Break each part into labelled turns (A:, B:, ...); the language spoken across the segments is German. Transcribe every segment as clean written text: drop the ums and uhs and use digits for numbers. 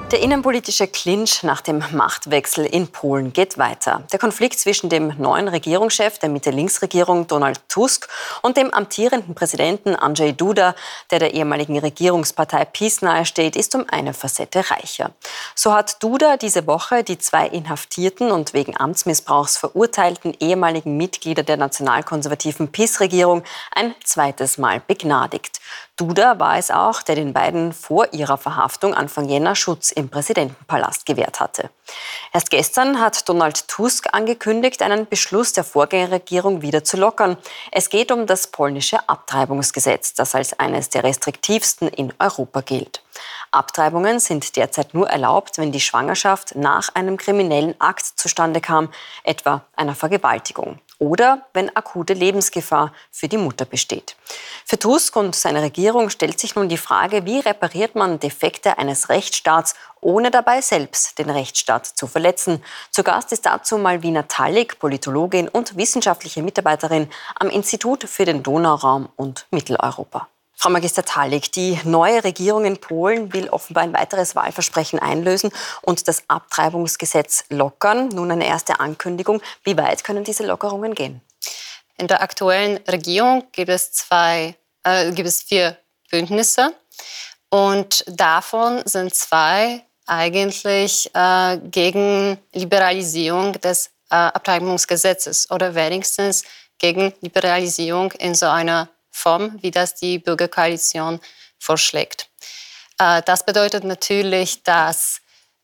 A: Der innenpolitische Clinch nach dem Machtwechsel in Polen geht weiter. Der Konflikt zwischen dem neuen Regierungschef der Mitte-Links-Regierung Donald Tusk und dem amtierenden Präsidenten Andrzej Duda, der ehemaligen Regierungspartei PiS nahesteht, ist um eine Facette reicher. So hat Duda diese Woche die 2 inhaftierten und wegen Amtsmissbrauchs verurteilten ehemaligen Mitglieder der nationalkonservativen PiS-Regierung ein zweites Mal begnadigt. Duda war es auch, der den beiden vor ihrer Verhaftung Anfang Jänner Schutz im Präsidentenpalast gewährt hatte. Erst gestern hat Donald Tusk angekündigt, einen Beschluss der Vorgängerregierung wieder zu lockern. Es geht um das polnische Abtreibungsgesetz, das als eines der restriktivsten in Europa gilt. Abtreibungen sind derzeit nur erlaubt, wenn die Schwangerschaft nach einem kriminellen Akt zustande kam, etwa einer Vergewaltigung, oder wenn akute Lebensgefahr für die Mutter besteht. Für Tusk und seine Regierung stellt sich nun die Frage, wie repariert man Defekte eines Rechtsstaats, ohne dabei selbst den Rechtsstaat zu verletzen. Zu Gast ist dazu Malwina Tallig, Politologin und wissenschaftliche Mitarbeiterin am Institut für den Donauraum und Mitteleuropa. Frau Magister Tallig, die neue Regierung in Polen will offenbar ein weiteres Wahlversprechen einlösen und das Abtreibungsgesetz lockern. Nun eine erste Ankündigung. Wie weit können diese Lockerungen gehen?
B: In der aktuellen Regierung gibt es 4 Bündnisse und davon sind 2 eigentlich gegen Liberalisierung des Abtreibungsgesetzes oder wenigstens gegen Liberalisierung in so einer Form, wie das die Bürgerkoalition vorschlägt. Das bedeutet natürlich, dass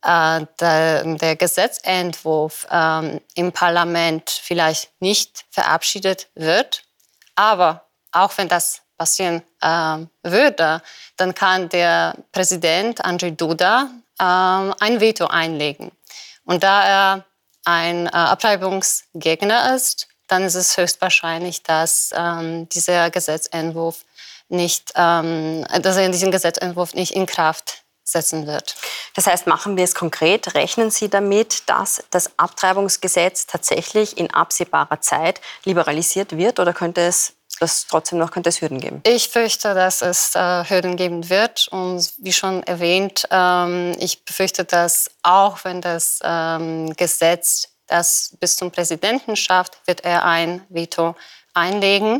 B: der Gesetzentwurf im Parlament vielleicht nicht verabschiedet wird. Aber auch wenn das passieren würde, dann kann der Präsident Andrzej Duda ein Veto einlegen. Und da er ein Abtreibungsgegner ist, dann ist es höchstwahrscheinlich, dass dieser Gesetzentwurf dass er diesen Gesetzentwurf nicht in Kraft setzen wird.
A: Das heißt, machen wir es konkret, rechnen Sie damit, dass das Abtreibungsgesetz tatsächlich in absehbarer Zeit liberalisiert wird, oder könnte es Hürden geben?
B: Ich fürchte, dass es Hürden geben wird. Und wie schon erwähnt, ich befürchte, dass auch wenn das Gesetz das bis zum Präsidenten schafft, wird er ein Veto einlegen.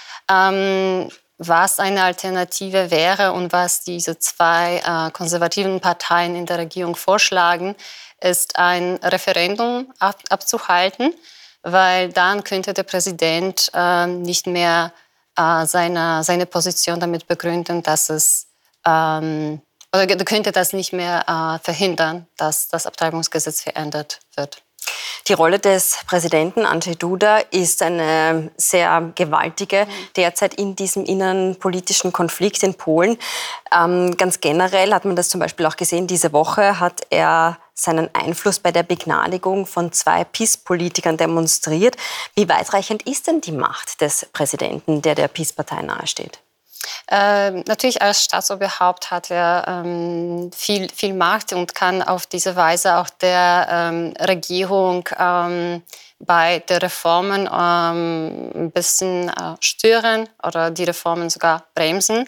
B: Was eine Alternative wäre und was diese 2 konservativen Parteien in der Regierung vorschlagen, ist ein Referendum abzuhalten, weil dann könnte der Präsident nicht mehr seine Position damit begründen, dass oder könnte das nicht mehr verhindern, dass das Abtreibungsgesetz verändert wird.
A: Die Rolle des Präsidenten Andrzej Duda ist eine sehr gewaltige derzeit in diesem innenpolitischen Konflikt in Polen. Ganz generell hat man das zum Beispiel auch gesehen. Diese Woche hat er seinen Einfluss bei der Begnadigung von 2 PiS-Politikern demonstriert. Wie weitreichend ist denn die Macht des Präsidenten, der PiS-Partei nahesteht?
B: Natürlich als Staatsoberhaupt hat er viel Macht und kann auf diese Weise auch der Regierung bei den Reformen ein bisschen stören oder die Reformen sogar bremsen.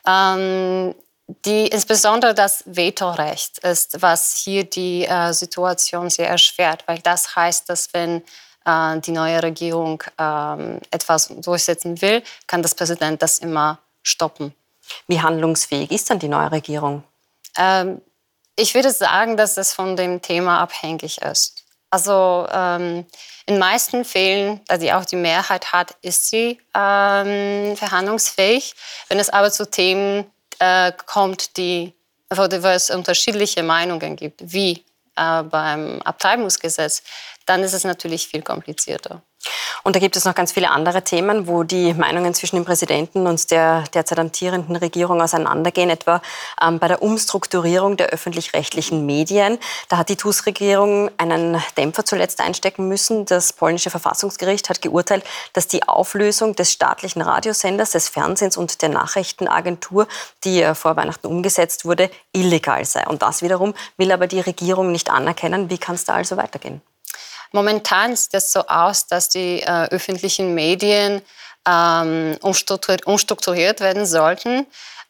B: Insbesondere das Vetorecht ist, was hier die Situation sehr erschwert, weil das heißt, dass wenn die neue Regierung etwas durchsetzen will, kann das Präsident das immer stoppen.
A: Wie handlungsfähig ist dann die neue Regierung?
B: Ich würde sagen, dass es von dem Thema abhängig ist. Also in meisten Fällen, da sie auch die Mehrheit hat, ist sie verhandlungsfähig. Wenn es aber zu Themen kommt, wo es unterschiedliche Meinungen gibt, wie beim Abtreibungsgesetz, dann ist es natürlich viel komplizierter.
A: Und da gibt es noch ganz viele andere Themen, wo die Meinungen zwischen dem Präsidenten und der derzeit amtierenden Regierung auseinandergehen, etwa bei der Umstrukturierung der öffentlich-rechtlichen Medien. Da hat die Tusk-Regierung einen Dämpfer zuletzt einstecken müssen. Das polnische Verfassungsgericht hat geurteilt, dass die Auflösung des staatlichen Radiosenders, des Fernsehens und der Nachrichtenagentur, die vor Weihnachten umgesetzt wurde, illegal sei. Und das wiederum will aber die Regierung nicht anerkennen. Wie kann es da also weitergehen?
B: Momentan sieht es so aus, dass die öffentlichen Medien umstrukturiert werden sollten.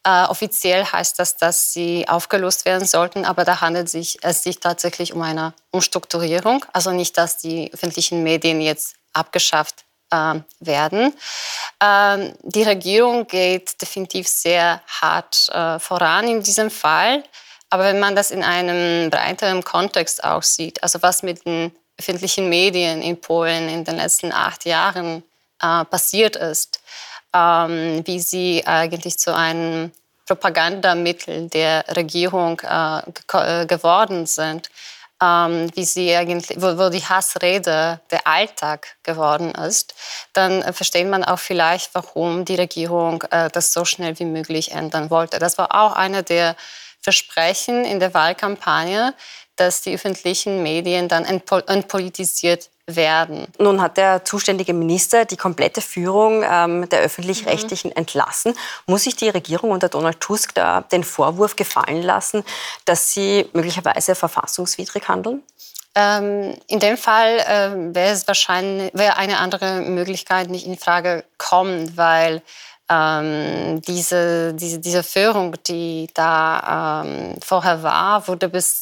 B: Offiziell heißt das, dass sie aufgelöst werden sollten, aber da handelt es sich tatsächlich um eine Umstrukturierung. Also nicht, dass die öffentlichen Medien jetzt abgeschafft werden. Die Regierung geht definitiv sehr hart voran in diesem Fall. Aber wenn man das in einem breiteren Kontext auch sieht, also was mit den öffentlichen Medien in Polen in den letzten 8 Jahren passiert ist, wie sie eigentlich zu einem Propagandamittel der Regierung geworden sind, wie sie eigentlich, wo die Hassrede der Alltag geworden ist, dann versteht man auch vielleicht, warum die Regierung das so schnell wie möglich ändern wollte. Das war auch einer der Versprechen in der Wahlkampagne, dass die öffentlichen Medien dann entpolitisiert werden.
A: Nun hat der zuständige Minister die komplette Führung der Öffentlich-Rechtlichen entlassen. Muss sich die Regierung unter Donald Tusk da den Vorwurf gefallen lassen, dass sie möglicherweise verfassungswidrig handeln?
B: In dem Fall wäre eine andere Möglichkeit nicht in Frage kommen, weil diese Führung, die da vorher war, wurde bis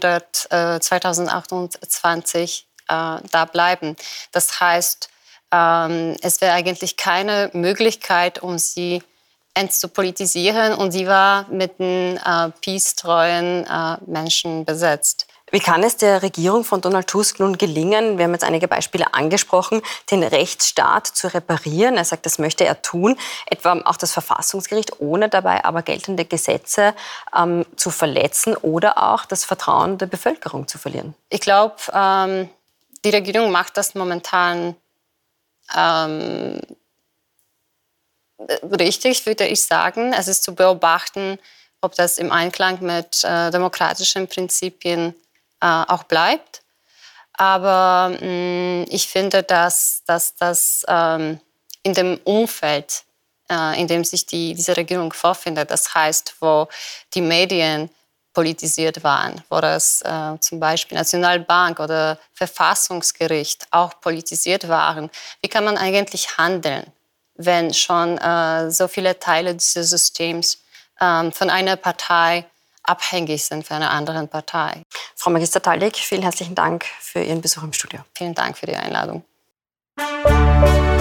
B: 2028 da bleiben. Das heißt, es wäre eigentlich keine Möglichkeit, um sie entzupolitisieren, und sie war mit den peace-treuen Menschen besetzt.
A: Wie kann es der Regierung von Donald Tusk nun gelingen, wir haben jetzt einige Beispiele angesprochen, den Rechtsstaat zu reparieren? Er sagt, das möchte er tun, etwa auch das Verfassungsgericht, ohne dabei aber geltende Gesetze zu verletzen oder auch das Vertrauen der Bevölkerung zu verlieren?
B: Ich glaube, die Regierung macht das momentan richtig, würde ich sagen. Es ist zu beobachten, ob das im Einklang mit demokratischen Prinzipien auch bleibt. Aber ich finde, dass das in dem Umfeld, in dem sich diese Regierung vorfindet, das heißt, wo die Medien politisiert waren, wo das zum Beispiel Nationalbank oder Verfassungsgericht auch politisiert waren. Wie kann man eigentlich handeln, wenn schon so viele Teile dieses Systems von einer Partei abhängig sind von einer anderen Partei?
A: Frau Magister Tallig, vielen herzlichen Dank für Ihren Besuch im Studio.
B: Vielen Dank für die Einladung.